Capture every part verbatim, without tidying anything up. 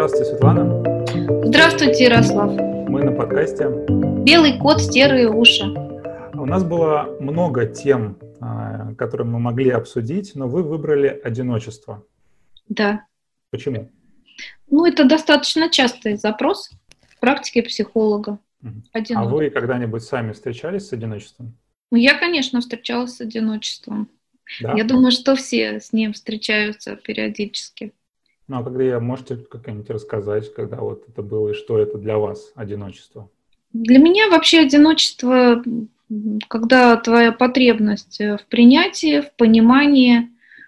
Здравствуйте, Светлана. Здравствуйте, Ярослав. Мы на подкасте «Белый кот, серые уши». У нас было много тем, которые мы могли обсудить, но вы выбрали одиночество. Да. Почему? Ну, это достаточно частый запрос в практике психолога. А вы когда-нибудь сами встречались с одиночеством? Ну, я, конечно, встречалась с одиночеством. Да? Я думаю, что все с ним встречаются периодически. Ну, а когда можете как-нибудь рассказать, когда вот это было и что это для вас одиночество? Для меня вообще одиночество, когда твоя потребность в принятии, в понимании,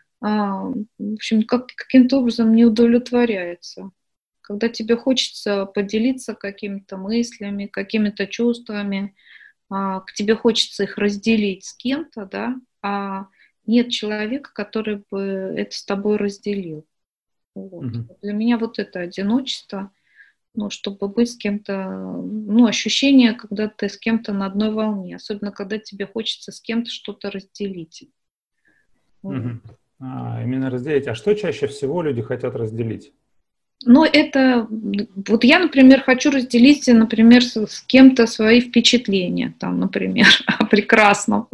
в общем, как, каким-то образом не удовлетворяется. Когда тебе хочется поделиться какими-то мыслями, какими-то чувствами, к тебе хочется их разделить с кем-то, да, а нет человека, который бы это с тобой разделил. Вот. Угу. Для меня вот это одиночество, ну, чтобы быть с кем-то, ну, ощущение, когда ты с кем-то на одной волне, особенно когда тебе хочется с кем-то что-то разделить. Угу. А, именно разделить. А что чаще всего люди хотят разделить? Ну, это, вот я, например, хочу разделить, например, с, с кем-то свои впечатления, там, например, о прекрасном,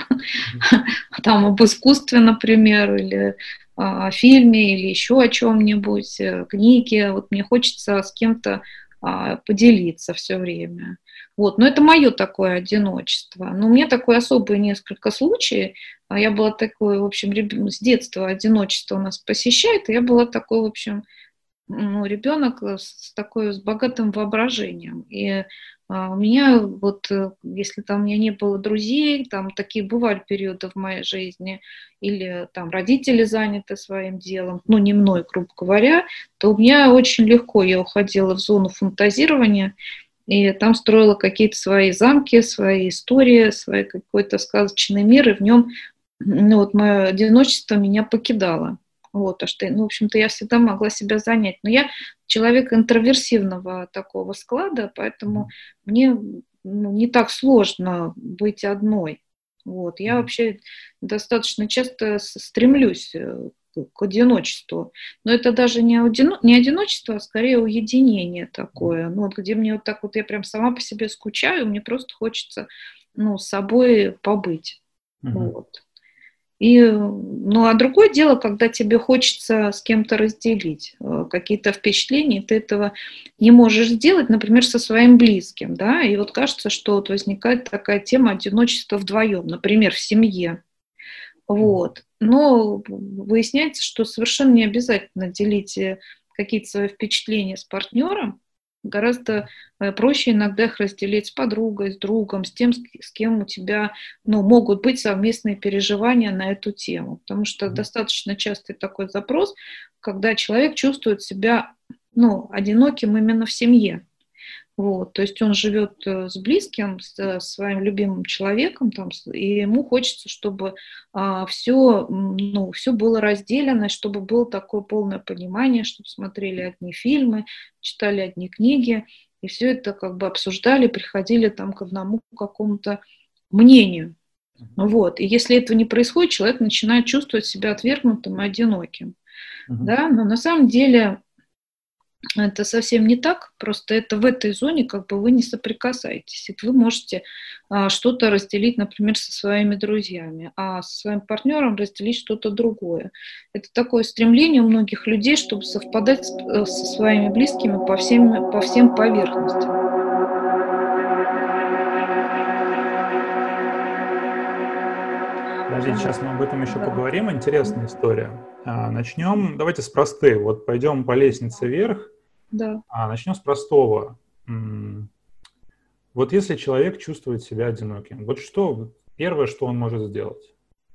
там, об искусстве, например, или о фильме, или еще о чем-нибудь, книге. Вот мне хочется с кем-то а, поделиться все время. Вот, но это мое такое одиночество. Но у меня такое особые несколько случаев. Я была такой, в общем, с детства одиночество у нас посещает, и я была такой, в общем, ну, ребенок с такой, с богатым воображением. И а, у меня вот, если там у меня не было друзей, там такие бывали периоды в моей жизни, или там родители заняты своим делом, ну, не мной, грубо говоря, то у меня очень легко я уходила в зону фантазирования, и там строила какие-то свои замки, свои истории, свой какой-то сказочный мир, и в нем, ну, вот мое одиночество меня покидало. Вот, а что, ну, в общем-то, я всегда могла себя занять. Но я человек интроверсивного такого склада, поэтому мне, ну, не так сложно быть одной. Вот. Я вообще достаточно часто стремлюсь к одиночеству. Но это даже не, одино, не одиночество, а скорее уединение такое. Ну, вот где мне вот так вот, я прям сама по себе скучаю, мне просто хочется, ну, с собой побыть. Uh-huh. Вот. И, ну, а другое дело, когда тебе хочется с кем-то разделить какие-то впечатления, ты этого не можешь сделать, например, со своим близким, да, и вот кажется, что вот возникает такая тема одиночества вдвоем, например, в семье, вот, но выясняется, что совершенно не обязательно делить какие-то свои впечатления с партнером, гораздо проще иногда их разделить с подругой, с другом, с тем, с кем у тебя, ну, могут быть совместные переживания на эту тему. Потому что mm-hmm. достаточно частый такой запрос, когда человек чувствует себя, ну, одиноким именно в семье. Вот, то есть он живет с близким, с своим любимым человеком, там, и ему хочется, чтобы а, все, ну, все было разделено, чтобы было такое полное понимание, чтобы смотрели одни фильмы, читали одни книги, и все это как бы обсуждали, приходили там к одному какому-то мнению. Вот. И если этого не происходит, человек начинает чувствовать себя отвергнутым и одиноким. Uh-huh. Да? Но на самом деле это совсем не так, просто это в этой зоне как бы вы не соприкасаетесь. Вы можете а, что-то разделить, например, со своими друзьями, а со своим партнером разделить что-то другое. Это такое стремление у многих людей, чтобы совпадать с, со своими близкими по всем, по всем поверхностям. Подождите, сейчас мы об этом еще да. поговорим. Интересная история. А, начнем, давайте с простой. Вот пойдем по лестнице вверх. Да. А, начнем с простого. Вот если человек чувствует себя одиноким, вот что первое, что он может сделать?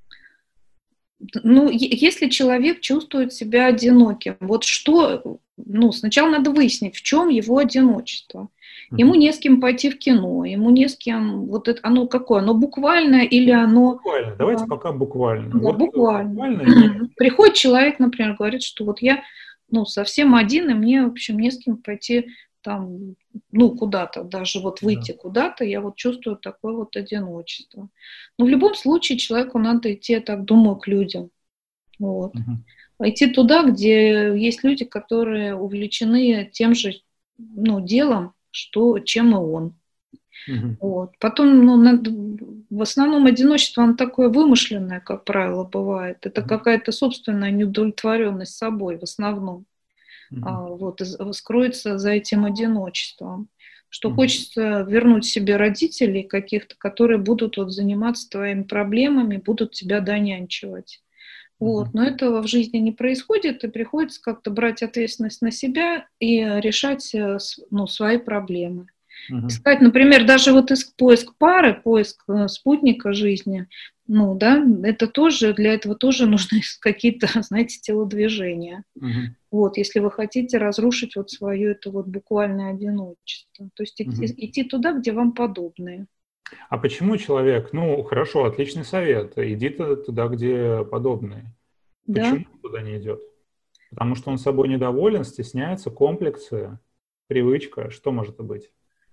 Ну, если человек чувствует себя одиноким, вот что, ну, сначала надо выяснить, в чем его одиночество. Ему не с кем пойти в кино, ему не с кем, вот это, оно какое, оно буквально или оно... Буквально, давайте да. пока буквально. Да, вот буквально. буквально Приходит человек, например, говорит, что вот я, ну, совсем один, и мне, в общем, не с кем пойти там, ну, куда-то, даже вот выйти да. куда-то, я вот чувствую такое вот одиночество. Но в любом случае человеку надо идти, я так думаю, к людям. Вот. Угу. идти туда, где есть люди, которые увлечены тем же, ну, делом, что, чем и он. Мгм. Вот. Потом, ну, надо- в основном одиночество, оно такое вымышленное, как правило, бывает. Это Мгм. какая-то собственная неудовлетворенность собой в основном. А, Мгм. вот, и з- скроется за этим одиночеством. Что Мгм. хочется вернуть себе родителей каких-то, которые будут вот заниматься твоими проблемами, будут тебя донянчивать. Вот. Мгм. Но этого в жизни не происходит, и приходится как-то брать ответственность на себя и решать э, с- ну, свои проблемы. Мгм. Искать, например, даже вот иск, поиск пары, поиск э, спутника жизни, ну, да, это тоже, для этого тоже нужны какие-то, знаете, телодвижения. Мгм. Вот, если вы хотите разрушить вот свое это вот буквальное одиночество. То есть идти, Мгм. идти туда, где вам подобные. А почему человек, ну, хорошо, отличный совет, иди т- туда, где подобные. Да. Почему он туда не идет? Потому что он собой недоволен, стесняется, комплексы, привычка, что может быть?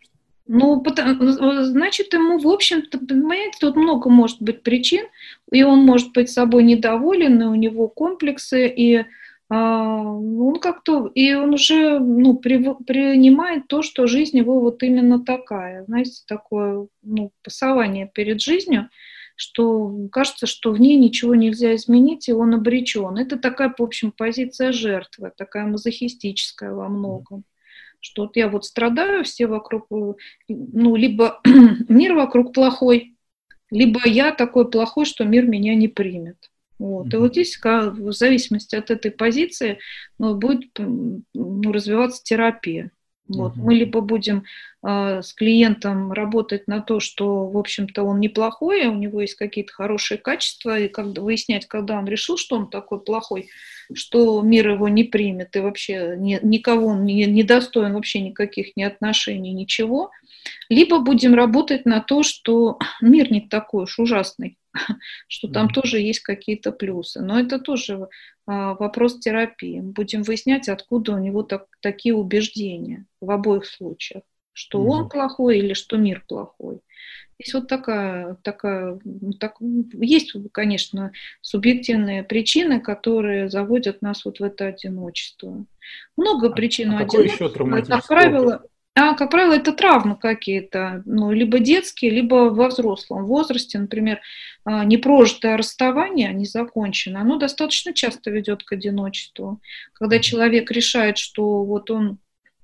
Ну, потом, значит, ему, в общем-то, понимаете, тут много может быть причин, и он может быть собой недоволен, и у него комплексы, и а, он как-то, и он уже, ну, прив- принимает то, что жизнь его вот именно такая, знаете, такое, ну, пасование перед жизнью, что кажется, что в ней ничего нельзя изменить, и он обречен. Это такая, в общем, позиция жертвы, такая мазохистическая во многом, что вот я вот страдаю, все вокруг, э, ну, либо мир вокруг плохой, либо я такой плохой, что мир меня не примет. Вот. И Мгм. вот здесь, в зависимости от этой позиции, ну, будет ну, развиваться терапия. Вот. Мгм. Мы либо будем э, с клиентом работать на то, что, в общем-то, он неплохой, а у него есть какие-то хорошие качества, и когда, выяснять, когда он решил, что он такой плохой, что мир его не примет, и вообще ни, никого он не, не достоин вообще никаких ни отношений, ничего. Либо будем работать на то, что мир не такой уж ужасный, что там Мгм. тоже есть какие-то плюсы. Но это тоже а, вопрос терапии. Мы будем выяснять, откуда у него так, такие убеждения в обоих случаях, что он Мгм. плохой или что мир плохой. Есть вот такая, такая ну, так, есть, конечно, субъективные причины, которые заводят нас вот в это одиночество. Много А, причин а у какой еще одиночества, как травматический опыт? правило, а, как правило, это травмы какие-то, ну, либо детские, либо во взрослом возрасте, например, а, непрожитое расставание, незаконченное, оно достаточно часто ведет к одиночеству. Когда Мгм. человек решает, что вот он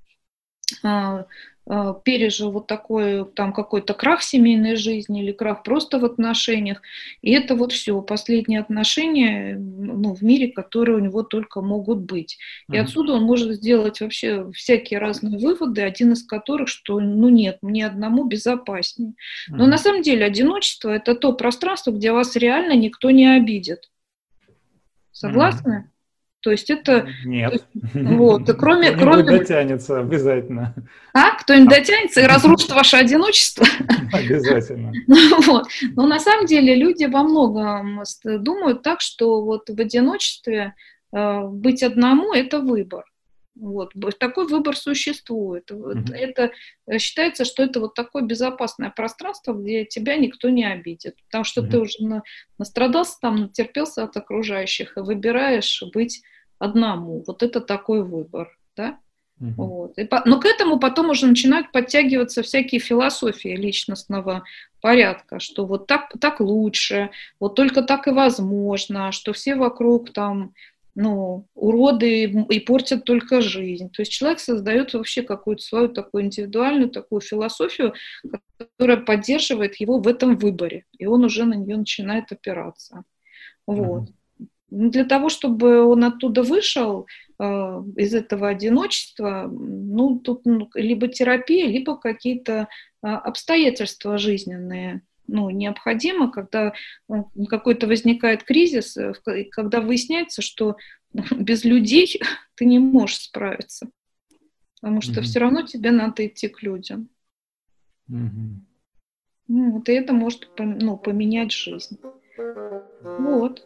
а, а, пережил вот такой там какой-то крах в семейной жизни или крах просто в отношениях, и это вот все, последние отношения, ну, в мире, которые у него только могут быть. И Мгм. отсюда он может сделать вообще всякие разные выводы, один из которых, что, ну нет, мне одному безопаснее. Но на Мгм. самом деле одиночество – это то пространство, где вас реально никто не обидит. Мгм. Согласны? То есть это, то Нет. есть, вот, и кроме, Кто-нибудь кроме дотянется обязательно. а, кто-нибудь А, дотянется и разрушит ваше одиночество. обязательно. Вот. Но на самом деле люди во многом думают так, что вот в одиночестве э, быть одному – это выбор. Вот. Такой выбор существует. Вот. Мгм. Это э, считается, что это вот такое безопасное пространство, где тебя никто не обидит. Потому что ты Мгм. уже на- настрадался, там, натерпелся от окружающих и выбираешь быть одному. Вот это такой выбор. Да? Мгм. Вот. И по- но к этому потом уже начинают подтягиваться всякие философии личностного порядка, что вот так, так лучше, вот только так и возможно, что все вокруг там, ну, уроды и и портят только жизнь. То есть человек создает вообще какую-то свою такую индивидуальную такую философию, которая поддерживает его в этом выборе, и он уже на нее начинает опираться. Вот. Мгм. Ну, для того, чтобы он оттуда вышел, э, из этого одиночества, ну, тут ну, либо терапия, либо какие-то а, обстоятельства жизненные, ну, необходимо, когда ну, какой-то возникает кризис, э, в ко- когда выясняется, что без людей ты не можешь справиться, потому что Мгм. все равно тебе надо идти к людям. Мгм. Ну, вот и это может пом- ну, поменять жизнь. Вот.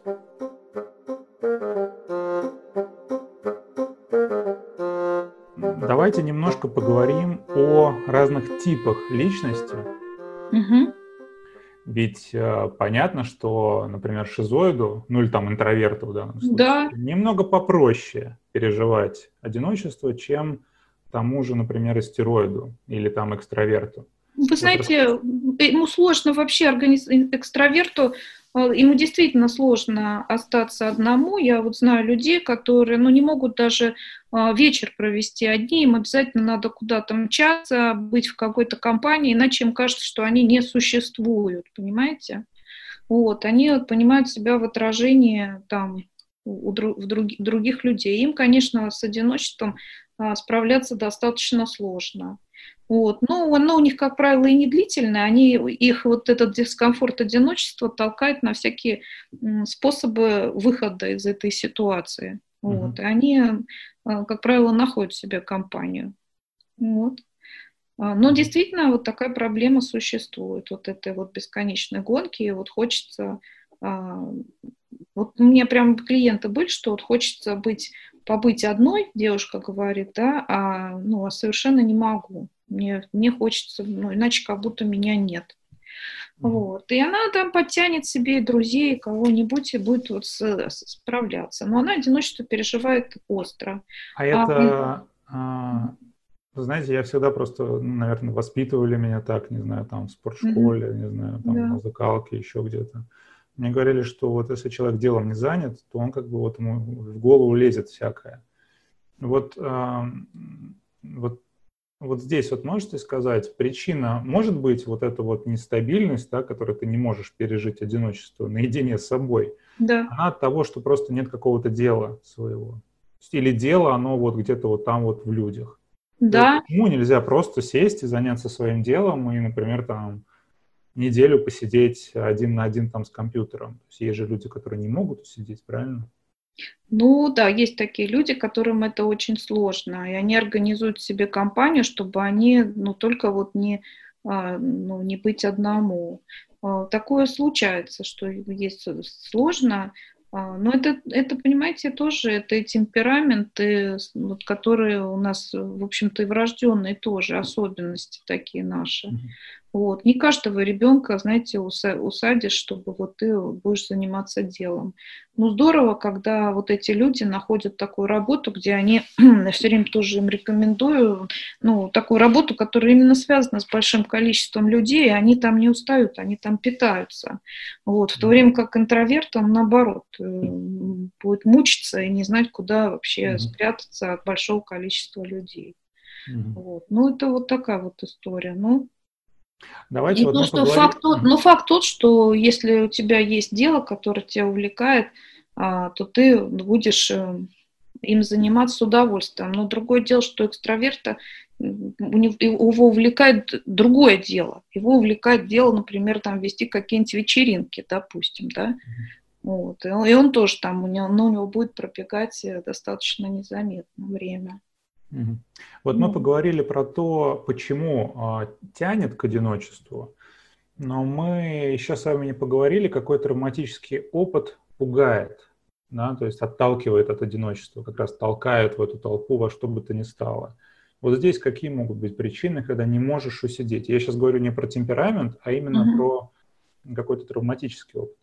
Давайте немножко поговорим о разных типах личности. Мгм. Ведь э, понятно, что, например, шизоиду, ну или там интроверту в данном случае, Да. немного попроще переживать одиночество, чем тому же, например, истероиду или там экстраверту. Вы Вот рас- знаете, ему сложно вообще, организ... экстраверту, э, ему действительно сложно остаться одному. Я вот знаю людей, которые, ну, не могут даже э, вечер провести одни, им обязательно надо куда-то мчаться, быть в какой-то компании, иначе им кажется, что они не существуют, понимаете? Вот, они вот понимают себя в отражении там у, у дру- в други- других людей. Им, конечно, с одиночеством а, справляться достаточно сложно. Вот. Но оно у них, как правило, и не длительное. Они, их вот этот дискомфорт одиночества толкает на всякие м, способы выхода из этой ситуации. Вот. Мгм. И они, а, как правило, находят себе компанию. Вот. А, Но Мгм. действительно вот такая проблема существует, вот этой вот бесконечной гонки, и вот хочется, а, вот у меня прям клиенты были, что вот хочется быть, побыть одной, девушка говорит, да, а, ну, а совершенно не могу, мне, мне хочется, ну, иначе как будто меня нет. Мгм. Вот. И она там подтянет себе друзей, кого-нибудь и будет вот с- с- справляться. Но она одиночество переживает остро. А А, это, а, вы знаете, я всегда просто, ну, наверное, воспитывали меня так, не знаю, там в мгм, спортшколе, не знаю, там в да. музыкалке, еще где-то. Мне говорили, что вот если человек делом не занят, то он как бы вот ему в голову лезет всякое. Вот, ам, вот, вот здесь вот можете сказать, причина может быть вот эта вот нестабильность, да, которую ты не можешь пережить одиночество наедине с собой, Да. она от того, что просто нет какого-то дела своего. Или дело, оно вот где-то вот там вот в людях. То Да. почему нельзя просто сесть и заняться своим делом и, например, там неделю посидеть один на один там с компьютером? То есть есть же люди, которые не могут сидеть, правильно? Ну да, есть такие люди, которым это очень сложно, и они организуют себе компанию, чтобы они, ну, только вот не, а, ну, не быть одному. А, Такое случается, что есть сложно, а, но это, это, понимаете, тоже это и темпераменты, с- вот, которые у нас, в общем-то, и врожденные тоже, особенности такие наши. Мгм. Вот. Не каждого ребенка, знаете, уса- усадишь, чтобы вот ты будешь заниматься делом. Ну, здорово, когда вот эти люди находят такую работу, где они, я все время тоже им рекомендую, ну, такую работу, которая именно связана с большим количеством людей, и они там не устают, они там питаются. Вот. В то Мгм. время как интроверт, он наоборот, э, будет мучиться и не знать, куда вообще Мгм. спрятаться от большого количества людей. Мгм. Вот. Ну, это вот такая вот история. Ну, Давайте и вот то, мы что поговорим. факт тот, но факт тот, что если у тебя есть дело, которое тебя увлекает, а, то ты будешь э, им заниматься с удовольствием. Но другое дело, что экстраверта м, у него, его увлекает другое дело. Его увлекает дело, например, там вести какие-нибудь вечеринки, допустим, да. Вот. И он, и он тоже там, у него, ну, у него будет пробегать э, достаточно незаметно время. Мгм. Вот мы Ну, поговорили про то, почему а, тянет к одиночеству, но мы еще с вами не поговорили, какой травматический опыт пугает, да, то есть отталкивает от одиночества, как раз толкает в эту толпу во что бы то ни стало. Вот здесь какие могут быть причины, когда не можешь усидеть? Я сейчас говорю не про темперамент, а именно мгм. про какой-то травматический опыт.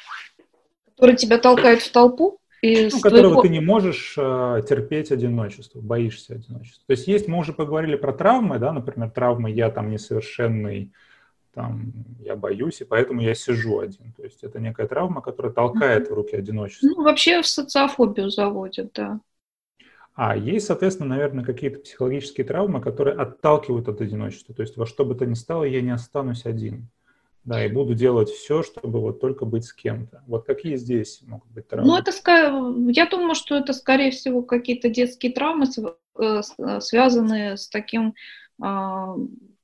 Который тебя толкает в толпу Ну, из которого твоего. ты не можешь э, терпеть одиночество, боишься одиночества. То есть есть, мы уже поговорили про травмы, да, например, травмы «я там несовершенный», там «я боюсь, и поэтому я сижу один». То есть это некая травма, которая толкает в руки Ну, одиночества. вообще в социофобию заводят, да. А есть, соответственно, наверное, какие-то психологические травмы, которые отталкивают от одиночества. То есть во что бы то ни стало, я не останусь один. Да, и буду делать все, чтобы вот только быть с кем-то. Вот какие здесь могут быть Ну, травмы? это, ска- я думаю, что это, скорее всего, какие-то детские травмы, св- э, с- э, связанные с таким а,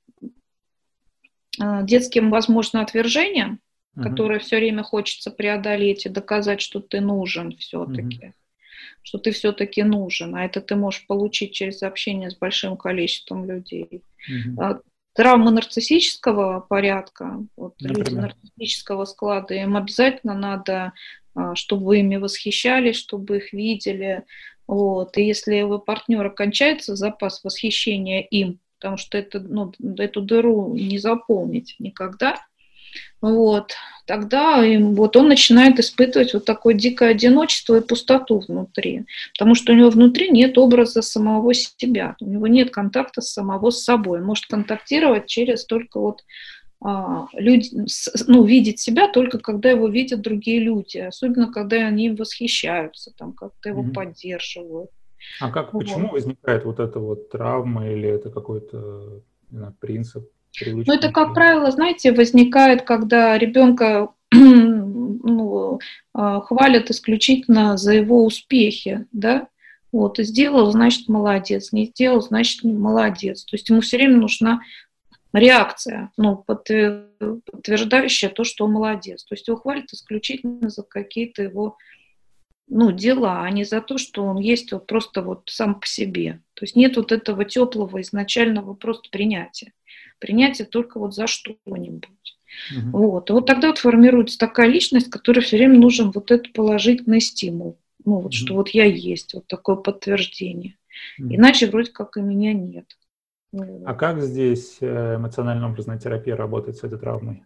а, детским, возможно, отвержением, Мгм. которое все время хочется преодолеть и доказать, что ты нужен Мгм. все-таки, что ты все-таки нужен, а это ты можешь получить через общение с большим количеством людей. Мгм. А, Травмы нарциссического порядка, вот люди Например. нарциссического склада, им обязательно надо, а, чтобы ими восхищались, чтобы их видели. Вот. И если у партнера кончается запас восхищения им, потому что это, ну, эту дыру не заполнить никогда, Вот, тогда им, вот он начинает испытывать вот такое дикое одиночество и пустоту внутри, потому что у него внутри нет образа самого себя, у него нет контакта с самого с собой, он может контактировать через только вот а, люди, ну, видеть себя только когда его видят другие люди, особенно когда они им восхищаются, там, как-то его Мгм. поддерживают. А как, Вот. почему возникает вот эта вот травма или это какой-то, не знаю, принцип, Ну, привычка это, как мышления? правило, знаете, возникает, когда ребенка ну, а, хвалят исключительно за его успехи, да, вот, и сделал, значит, молодец, не сделал, значит, не молодец. То есть ему все время нужна реакция, ну, подтверждающая то, что он молодец. То есть его хвалят исключительно за какие-то его, ну, дела, а не за то, что он есть вот просто вот сам по себе. То есть нет вот этого теплого изначального просто принятия. Принятие только вот за что-нибудь. Мгм. Вот. И вот тогда вот формируется такая личность, которой все время нужен вот этот положительный стимул. Ну, вот что Мгм. вот я есть, вот такое подтверждение. Мгм. Иначе вроде как и меня нет. А Вот. как здесь э, эмоционально-образная терапия работает с этой травмой?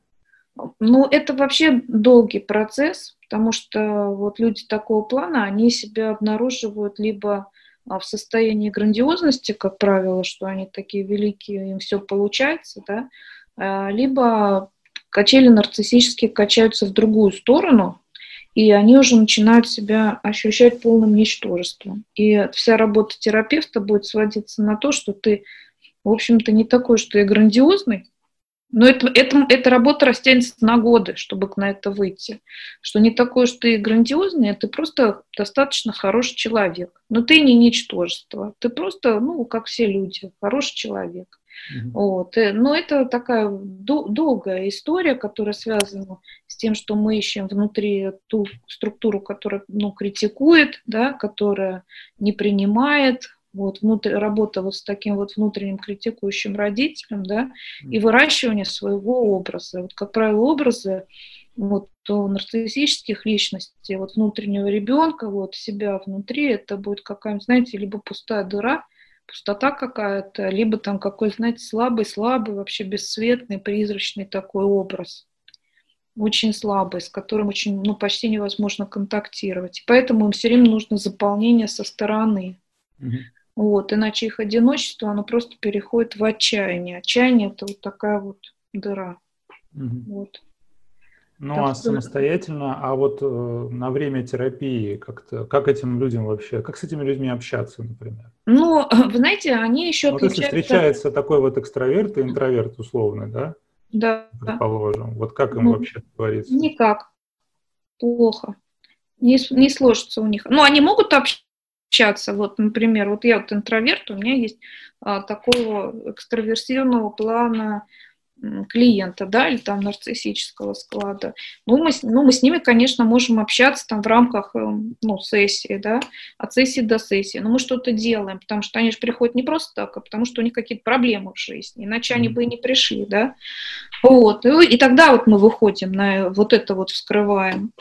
Ну, это вообще долгий процесс, потому что вот люди такого плана, они себя обнаруживают либо а, в состоянии грандиозности, как правило, что они такие великие, им все получается, да, а, либо качели нарциссические качаются в другую сторону, и они уже начинают себя ощущать полным ничтожеством. И вся работа терапевта будет сводиться на то, что ты, в общем-то, не такой, что и грандиозный, но это, это, эта работа растянется на годы, чтобы на это выйти. Что не такое, что ты грандиозный, а ты просто достаточно хороший человек. Но ты не ничтожество. Ты просто, ну, как все люди, хороший человек. Мгм. Вот. э, Но это такая до- долгая история, которая связана с тем, что мы ищем внутри ту структуру, которая, ну, критикует, да, которая не принимает. Вот, внутри, работа вот с таким вот внутренним критикующим родителем, да, и выращивание своего образа. Вот, как правило, образы вот, у нарциссических личностей, вот внутреннего ребенка, вот себя внутри, это будет какая-нибудь, знаете, либо пустая дыра, пустота какая-то, либо там какой, знаете, слабый-слабый, вообще бесцветный, призрачный такой образ. Очень слабый, с которым очень, ну, почти невозможно контактировать. И поэтому им все время нужно заполнение со стороны. Мгм. Вот, иначе их одиночество, оно просто переходит в отчаяние. Отчаяние – это вот такая вот дыра. Мгм. Вот. Ну, Так а что, самостоятельно, а вот э, на время терапии как-то, как этим людям вообще, как с этими людьми общаться, например? ну, вы знаете, они еще Ну, вот если отличаются, встречается такой вот экстраверт и интроверт условный, да, да, предположим, вот как им ну, вообще договориться? никак, плохо. Не, с- не сложится у них. Ну, они могут общаться, вот, например, вот я вот интроверт, у меня есть а, такого экстраверсивного плана м, клиента, да, или там нарциссического склада. Ну мы, с- ну, мы с ними, конечно, можем общаться там в рамках, эм, ну, сессии, да, от сессии до сессии. Но мы что-то делаем, потому что они же приходят не просто так, а потому что у них какие-то проблемы в жизни, иначе они Мгм. бы и не пришли, да. Вот, и, и тогда вот мы выходим на вот это вот вскрываем.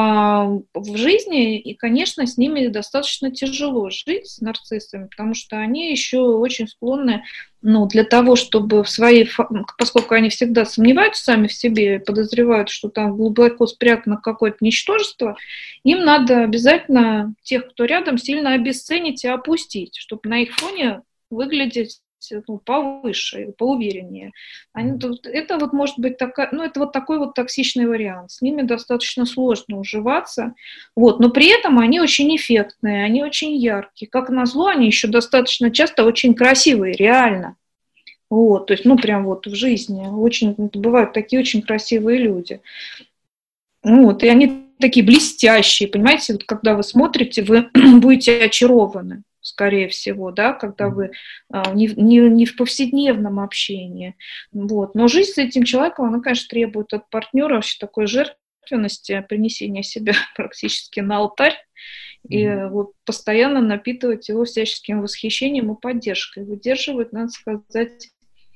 А в жизни, и, конечно, с ними достаточно тяжело жить, с нарциссами, потому что они еще очень склонны, ну, для того, чтобы в своей, поскольку они всегда сомневаются сами в себе, подозревают, что там глубоко спрятано какое-то ничтожество, им надо обязательно тех, кто рядом, сильно обесценить и опустить, чтобы на их фоне выглядеть, ну, повыше, поувереннее. Они, Мгм. тут- это вот может быть такая, ну, это вот такой вот токсичный вариант. С ними достаточно сложно уживаться. Вот, но при этом они очень эффектные, они очень яркие. Как назло, они еще достаточно часто очень красивые, реально. Вот, то есть, ну, прям вот в жизни. Очень, бывают такие очень красивые люди. Вот, и они такие блестящие, понимаете, вот когда вы смотрите, вы будете очарованы, скорее всего, да, когда Мгм. вы а, не, не, не в повседневном общении. Вот. Но жизнь с этим человеком, она, конечно, требует от партнера вообще такой жертвенности, принесения себя практически на алтарь, и Мгм. вот постоянно напитывать его всяческим восхищением и поддержкой. Выдерживать, надо сказать,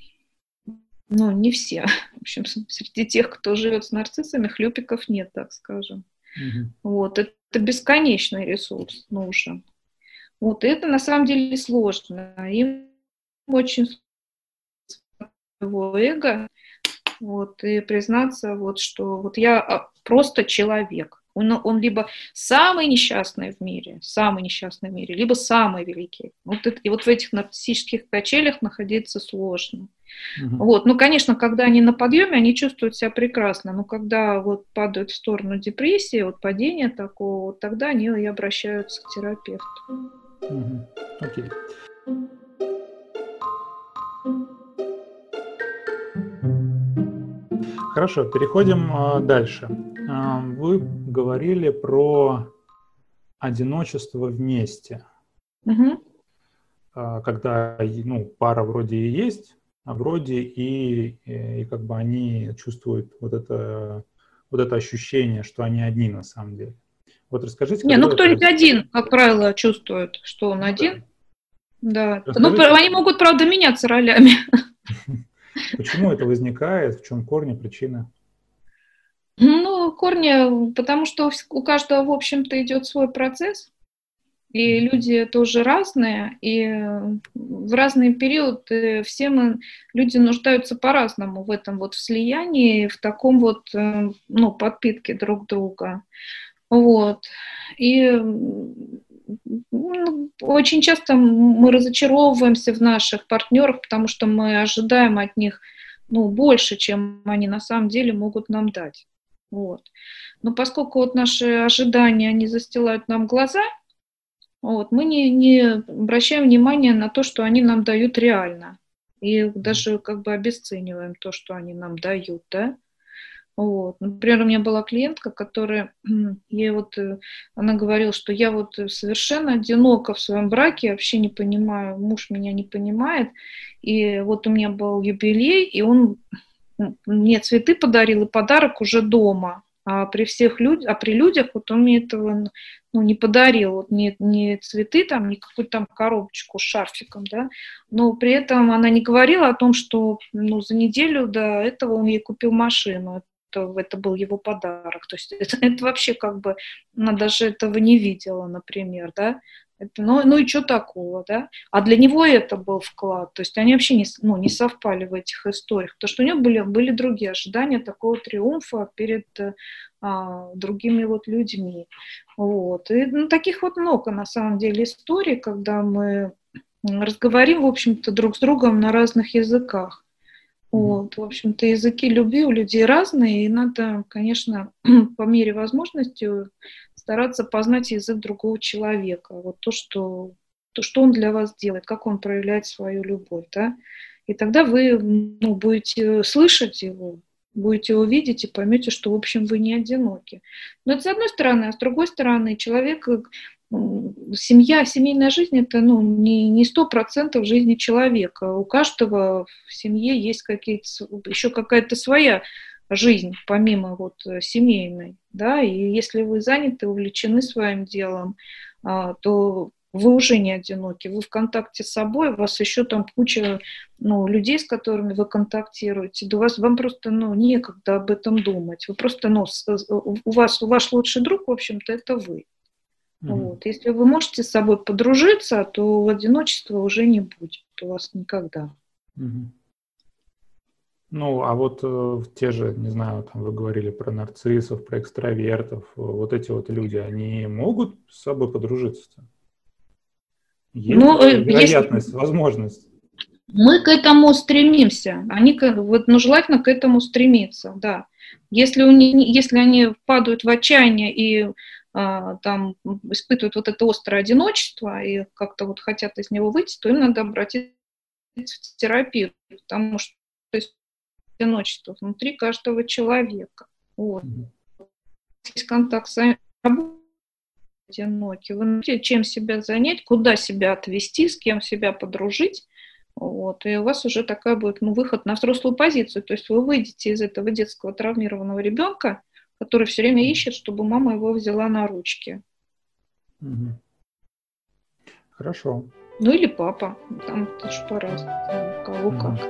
ну, не все. В общем, среди тех, кто живет с нарциссами, хлюпиков нет, так скажем. Мгм. Вот, это бесконечный ресурс нужен. Вот, и это на самом деле сложно. Им очень своего эго. вот, и признаться, вот, что вот я просто человек. Он, он либо самый несчастный в мире, самый несчастный в мире, либо самый великий. Вот это, и вот в этих нарциссических качелях находиться сложно. Угу. Вот. Ну, конечно, когда они на подъеме, они чувствуют себя прекрасно, но когда вот падают в сторону депрессии, вот падения такого, вот тогда они и обращаются к терапевту. Угу. Окей. Хорошо, переходим а, дальше. А, вы говорили про одиночество вместе, Угу. а, когда ну, пара вроде и есть, а вроде и, и, и как бы они чувствуют вот это, вот это ощущение, что они одни на самом деле. Вот расскажите, Не, ну когда кто-нибудь это... один, как правило, чувствует, что он Ну, один. Да. Да. расскажите, Ну, они могут, правда, меняться ролями. почему это возникает, в чем корни, причина? Ну, корни, потому что у каждого, в общем-то, идет свой процесс, и люди тоже разные, и в разный период все мы, люди нуждаются по-разному в этом вот слиянии, в таком вот, ну, подпитке друг друга. Вот. И ну, очень часто мы разочаровываемся в наших партнерах, потому что мы ожидаем от них, ну, больше, чем они на самом деле могут нам дать. Вот. Но поскольку вот наши ожидания, они застилают нам глаза, вот, мы не, не обращаем внимания на то, что они нам дают реально. И даже как бы обесцениваем то, что они нам дают, да. Вот. Например, у меня была клиентка, которая, ей вот, она говорила, что я вот совершенно одинока в своем браке, вообще не понимаю, муж меня не понимает. И вот у меня был юбилей, и он мне цветы подарил, и подарок уже дома. А при всех людях, а при людях вот он мне этого ну, не подарил, вот не, не цветы, там, не какую-то там коробочку с шарфиком, да, но при этом она не говорила о том, что ну, за неделю до этого он ей купил машину. Это, это был его подарок. То есть это, это вообще как бы, она даже этого не видела, например, да. Это, ну, ну и что такого, да? А для него это был вклад. То есть они вообще не, ну, не совпали в этих историях. Потому что у него были, были другие ожидания такого триумфа перед а, другими вот людьми. Вот. И ну, таких вот много на самом деле историй, когда мы разговариваем, в общем-то, друг с другом на разных языках. Вот, в общем-то, языки любви у людей разные, и надо, конечно, по мере возможности стараться познать язык другого человека. Вот то, что, то, что он для вас делает, как он проявляет свою любовь, да. И тогда вы ну, будете слышать его, будете его видеть и поймете, что, в общем, вы не одиноки. Но это с одной стороны, а с другой стороны, человек... Семья, семейная жизнь – это ну, не сто процентов жизни человека. У каждого в семье есть какие-то, еще какая-то своя жизнь, помимо вот семейной. Да? И если вы заняты, увлечены своим делом, то вы уже не одиноки. Вы в контакте с собой, у вас еще там куча ну, людей, с которыми вы контактируете. Да у вас, вам просто ну, некогда об этом думать. Вы просто, ну, у вас, ваш лучший друг, в общем-то, это вы. Mm-hmm. Вот. Если вы можете с собой подружиться, то одиночества уже не будет у вас никогда. Mm-hmm. Ну, а вот э, те же, не знаю, там вы говорили про нарциссов, про экстравертов, вот эти вот люди, они могут с собой подружиться? Есть ну, вероятность, если... возможность? Мы к этому стремимся. Они, вот, ну, желательно к этому стремиться, да. Если, у них, если они падают в отчаяние и там испытывают вот это острое одиночество и как-то вот хотят из него выйти, то им надо обратиться в терапию, потому что то есть, одиночество внутри каждого человека. Вот. Есть контакт с собой, одинокий. Вы знаете, чем себя занять, куда себя отвести, с кем себя подружить. Вот, и у вас уже такая будет ну, выход на взрослую позицию. То есть вы выйдете из этого детского травмированного ребенка, который все время ищет, чтобы мама его взяла на ручки. Угу. Хорошо. Ну или папа. Там тоже по-разному. У кого угу. как.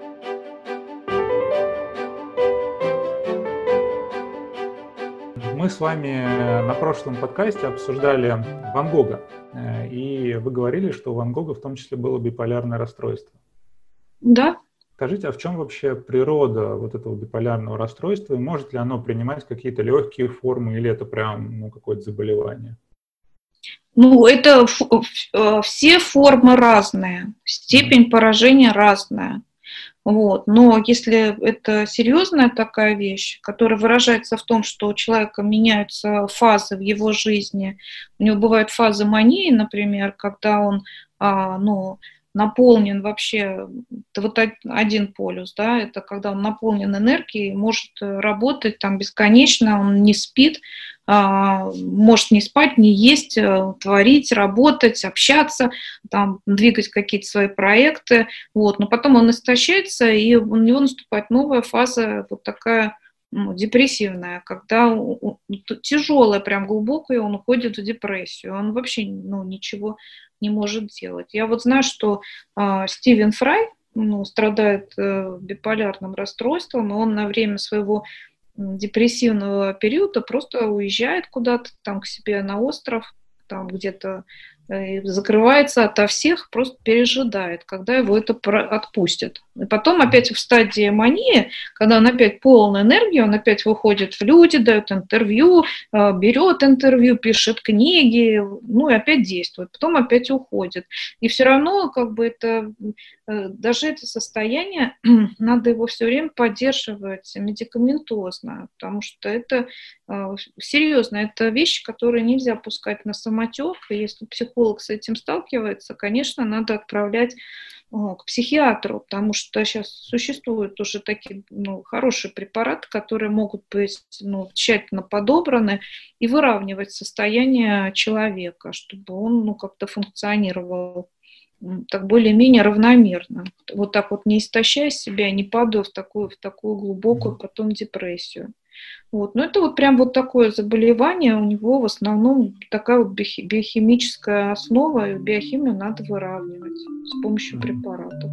Мы с вами на прошлом подкасте обсуждали Ван Гога. И вы говорили, что у Ван Гога в том числе было биполярное расстройство. Да. Скажите, а в чем вообще природа вот этого биполярного расстройства, и может ли оно принимать какие-то легкие формы, или это прям ну, какое-то заболевание? Ну, это все формы разные, степень поражения разная. Вот. Но если это серьезная такая вещь, которая выражается в том, что у человека меняются фазы в его жизни, у него бывают фазы мании, например, когда он а, ну, наполнен вообще, это вот один полюс, да, это когда он наполнен энергией, может работать там бесконечно, он не спит, а, может не спать, не есть, творить, работать, общаться, там, двигать какие-то свои проекты, вот, но потом он истощается, и у него наступает новая фаза, вот такая, ну, депрессивная, когда тяжелая, прям глубокая, он уходит в депрессию, он вообще ну, ничего не может делать. Я вот знаю, что э, Стивен Фрай ну, страдает э, биполярным расстройством, и он на время своего депрессивного периода просто уезжает куда-то там к себе на остров, там где-то э, закрывается ото всех, просто пережидает, когда его это отпустит. И потом опять в стадии мании, когда он опять полон энергии, он опять выходит в люди, дает интервью, э, берет интервью, пишет книги, ну и опять действует, потом опять уходит. И все равно как бы это, э, даже это состояние, надо его все время поддерживать медикаментозно, потому что это э, серьезно, это вещи, которые нельзя пускать на самотек, и если психолог с этим сталкивается, конечно, надо отправлять к психиатру, потому что сейчас существуют уже такие ну, хорошие препараты, которые могут быть ну, тщательно подобраны и выравнивать состояние человека, чтобы он ну, как-то функционировал так более-менее равномерно. Вот так вот не истощая себя, не падая в такую, в такую глубокую потом депрессию. Вот. Но это вот прям вот такое заболевание, у него в основном такая вот биохимическая основа, и биохимию надо выравнивать с помощью препаратов.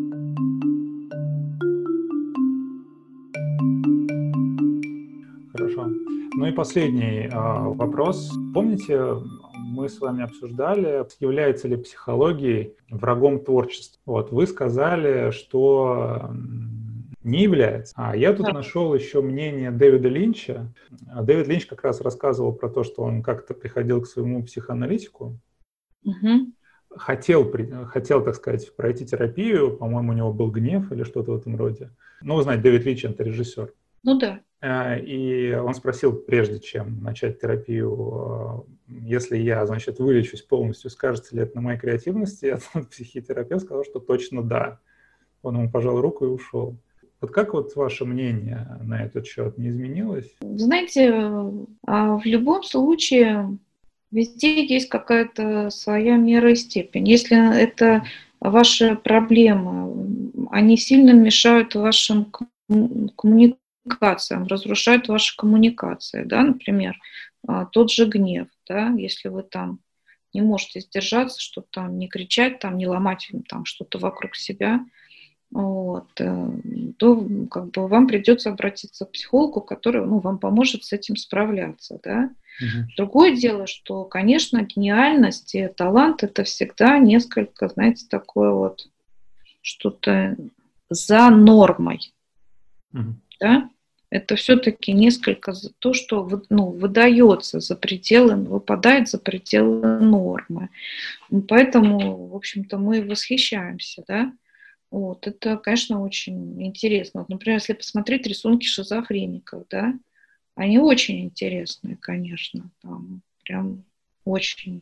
Хорошо. Ну и последний а, вопрос. Помните, мы с вами обсуждали, является ли психология врагом творчества? Вот, вы сказали, что не является. А я тут да. нашел еще мнение Дэвида Линча. Дэвид Линч как раз рассказывал про то, что он как-то приходил к своему психоаналитику, угу. хотел, хотел, так сказать, пройти терапию, по-моему, у него был гнев или что-то в этом роде. Ну, вы знаете, Дэвид Линч — это режиссер. Ну да. И он спросил, прежде чем начать терапию, если я, значит, вылечусь полностью, скажется ли это на моей креативности? А психотерапевт сказал, что точно да. Он ему пожал руку и ушел. Вот как вот ваше мнение на этот счет, не изменилось? Знаете, в любом случае везде есть какая-то своя мера и степень. Если это ваши проблемы, они сильно мешают вашим коммуникациям, разрушают ваши коммуникации, да, например, тот же гнев, да, если вы там не можете сдержаться, чтобы там не кричать, там, не ломать там что-то вокруг себя, вот, то как бы вам придется обратиться к психологу, который ну, вам поможет с этим справляться. Да? Угу. Другое дело, что, конечно, гениальность и талант — это всегда несколько, знаете, такое вот что-то за нормой. Угу. Да? Это все-таки несколько то, что ну, выдается за пределы, выпадает за пределы нормы. Поэтому, в общем-то, мы восхищаемся, да? Вот, это, конечно, очень интересно. Вот, например, если посмотреть рисунки шизофреников, да, они очень интересные, конечно, там прям очень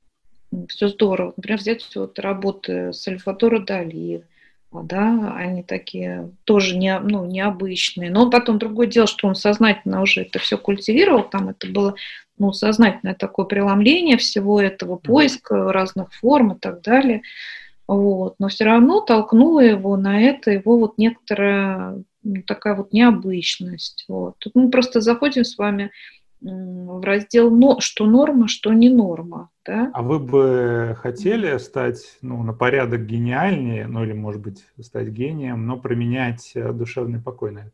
все здорово. Например, взять вот работы Сальвадора Дали, да, они такие тоже не, ну, необычные. Но потом другое дело, что он сознательно уже это все культивировал, там это было ну, сознательное такое преломление всего этого, поиск разных форм и так далее. Вот. Но все равно толкнула его на это его вот некоторая ну, такая вот необычность. Вот. Тут мы просто заходим с вами в раздел «Что норма, что не норма». Да? А вы бы хотели стать ну, на порядок гениальнее, ну или, может быть, стать гением, но променять душевный покой на это?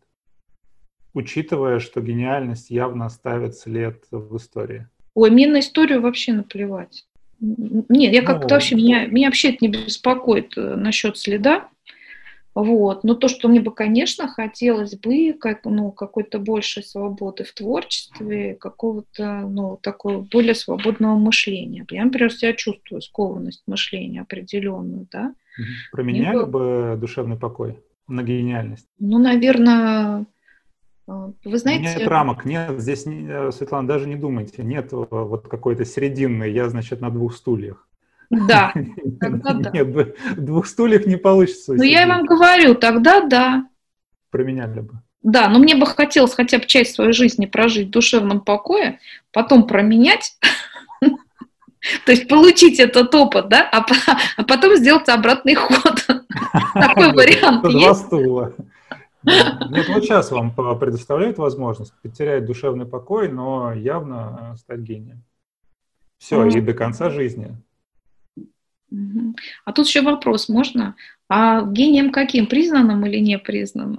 Учитывая, что гениальность явно оставит след в истории. Ой, мне на историю вообще наплевать. Нет, я как-то ну, вообще, меня, меня вообще это не беспокоит насчет следа. Вот. Но то, что мне бы, конечно, хотелось бы, как, ну, какой-то большей свободы в творчестве, какого-то, ну, такого более свободного мышления. Я, например, себя чувствую скованность мышления определенную, да. Мне Променяли бы, бы душевный покой на гениальность? ну, наверное, вы Нет знаете, рамок, нет, здесь, не- Светлана, даже не думайте, нет э, вот какой-то серединной, я, значит, на двух стульях. да, тогда да. Нет, в двух стульях не получится Ну, я усидеть. вам говорю, тогда да. Променяли бы. Да, но мне бы хотелось хотя бы часть своей жизни прожить в душевном покое, потом променять, то есть получить этот опыт, да, а, а потом сделать обратный ход. Такой вариант Два есть? стула. Да. Нет, вот сейчас вам предоставляют возможность потерять душевный покой, но явно э, стать гением. Все, и до конца жизни. А тут еще вопрос, можно? А гением каким? Признанным или не признанным?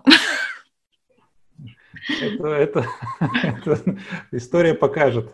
Это, это, это история покажет.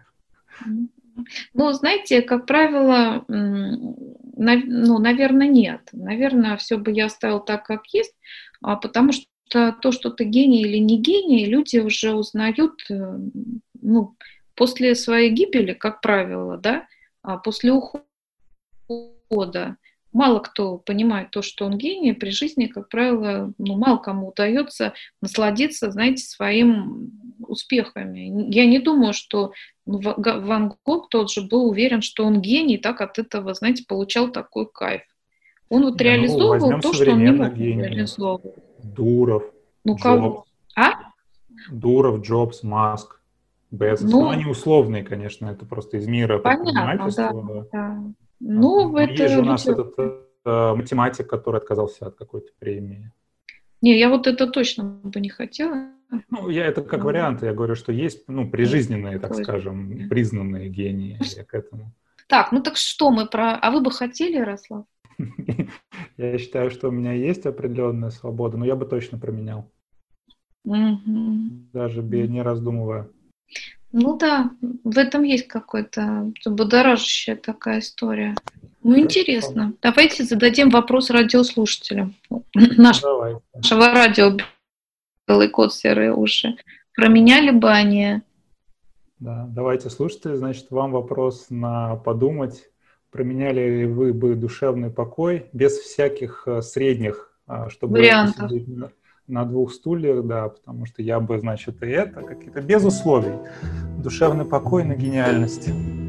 Ну, знаете, как правило, ну, наверное, нет. Наверное, все бы я оставила так, как есть, потому что то, что ты гений или не гений, люди уже узнают, ну, после своей гибели, как правило, да, а после ухода. Мало кто понимает то, что он гений. При жизни, как правило, ну, мало кому удается насладиться, знаете, своим успехами. Я не думаю, что Ван Гог тот же был уверен, что он гений, так от этого, знаете, получал такой кайф. Он вот Не, ну, реализовывал возьмем то, что он не современных мог гениев. реализовывать. Дуров, Ну, Джобс. кого? А? Дуров, Джобс, Маск, Безос. Ну, Ну, они условные, конечно, это просто из мира понятно, да. предпринимательства. да. А, Ну, Но есть это же у нас люди... этот э, математик, который отказался от какой-то премии. Не, я вот это точно бы не хотела. Ну, я это как вариант, я говорю, что есть, ну, прижизненные, так скажем, признанные гении, я к этому. Так, ну так что мы про... А вы бы хотели, Ярослав? Я считаю, что у меня есть определенная свобода, но я бы точно променял. Угу. Даже не раздумывая. Ну да, в этом есть какой-то будоражащая такая история. Ну, Хорошо. интересно. Давайте зададим вопрос радиослушателям. Нашего Давай. радио «Белый кот, серые уши». Променяли бы они? Да, давайте, слушайте, значит, вам вопрос на подумать. Променяли ли вы бы душевный покой без всяких средних, чтобы Вариантов. посидеть на, на двух стульях, да, потому что я бы, значит, и это, какие-то без условий. Душевный покой на гениальность.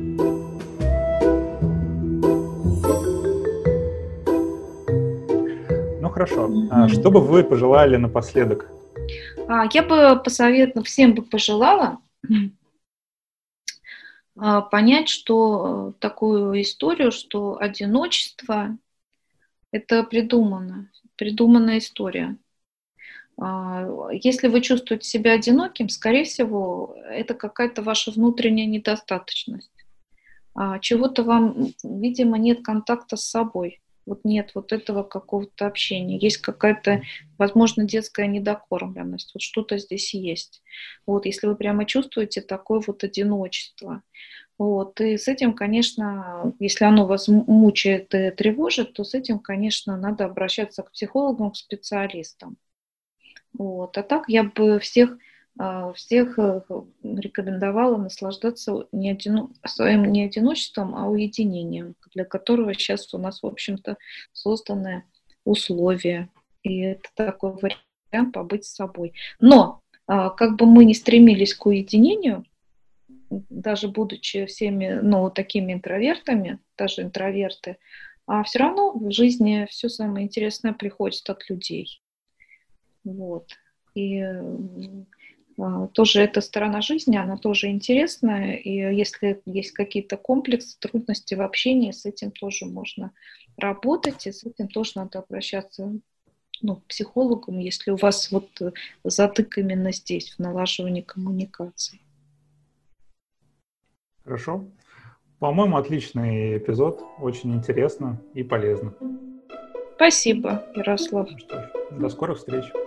Ну, хорошо. Mm-hmm. Что бы вы пожелали напоследок? А, я бы посоветовала, всем бы пожелала понять, что такую историю, что одиночество – это придумано, придуманная история. Если вы чувствуете себя одиноким, скорее всего, это какая-то ваша внутренняя недостаточность. Чего-то вам, видимо, нет контакта с собой. Вот нет вот этого какого-то общения. Есть какая-то, возможно, детская недокормленность. Вот что-то здесь есть. Вот, если вы прямо чувствуете такое вот одиночество. Вот, и с этим, конечно, если оно вас мучает и тревожит, то с этим, конечно, надо обращаться к психологам, к специалистам. Вот. А так я бы всех, всех рекомендовала наслаждаться не одино... своим не одиночеством, а уединением, для которого сейчас у нас, в общем-то, созданы условия. И это такой вариант побыть с собой. Но как бы мы ни стремились к уединению, даже будучи всеми, ну, такими интровертами, даже интроверты, а все равно в жизни все самое интересное приходит от людей. Вот. И а, тоже эта сторона жизни, она тоже интересная. И если есть какие-то комплексы, трудности в общении, с этим тоже можно работать, и с этим тоже надо обращаться, ну, к психологам, если у вас вот затык именно здесь, в налаживании коммуникации. Хорошо. По-моему, отличный эпизод, очень интересно и полезно. Спасибо, Ярослав. Что ж, до скорых встреч.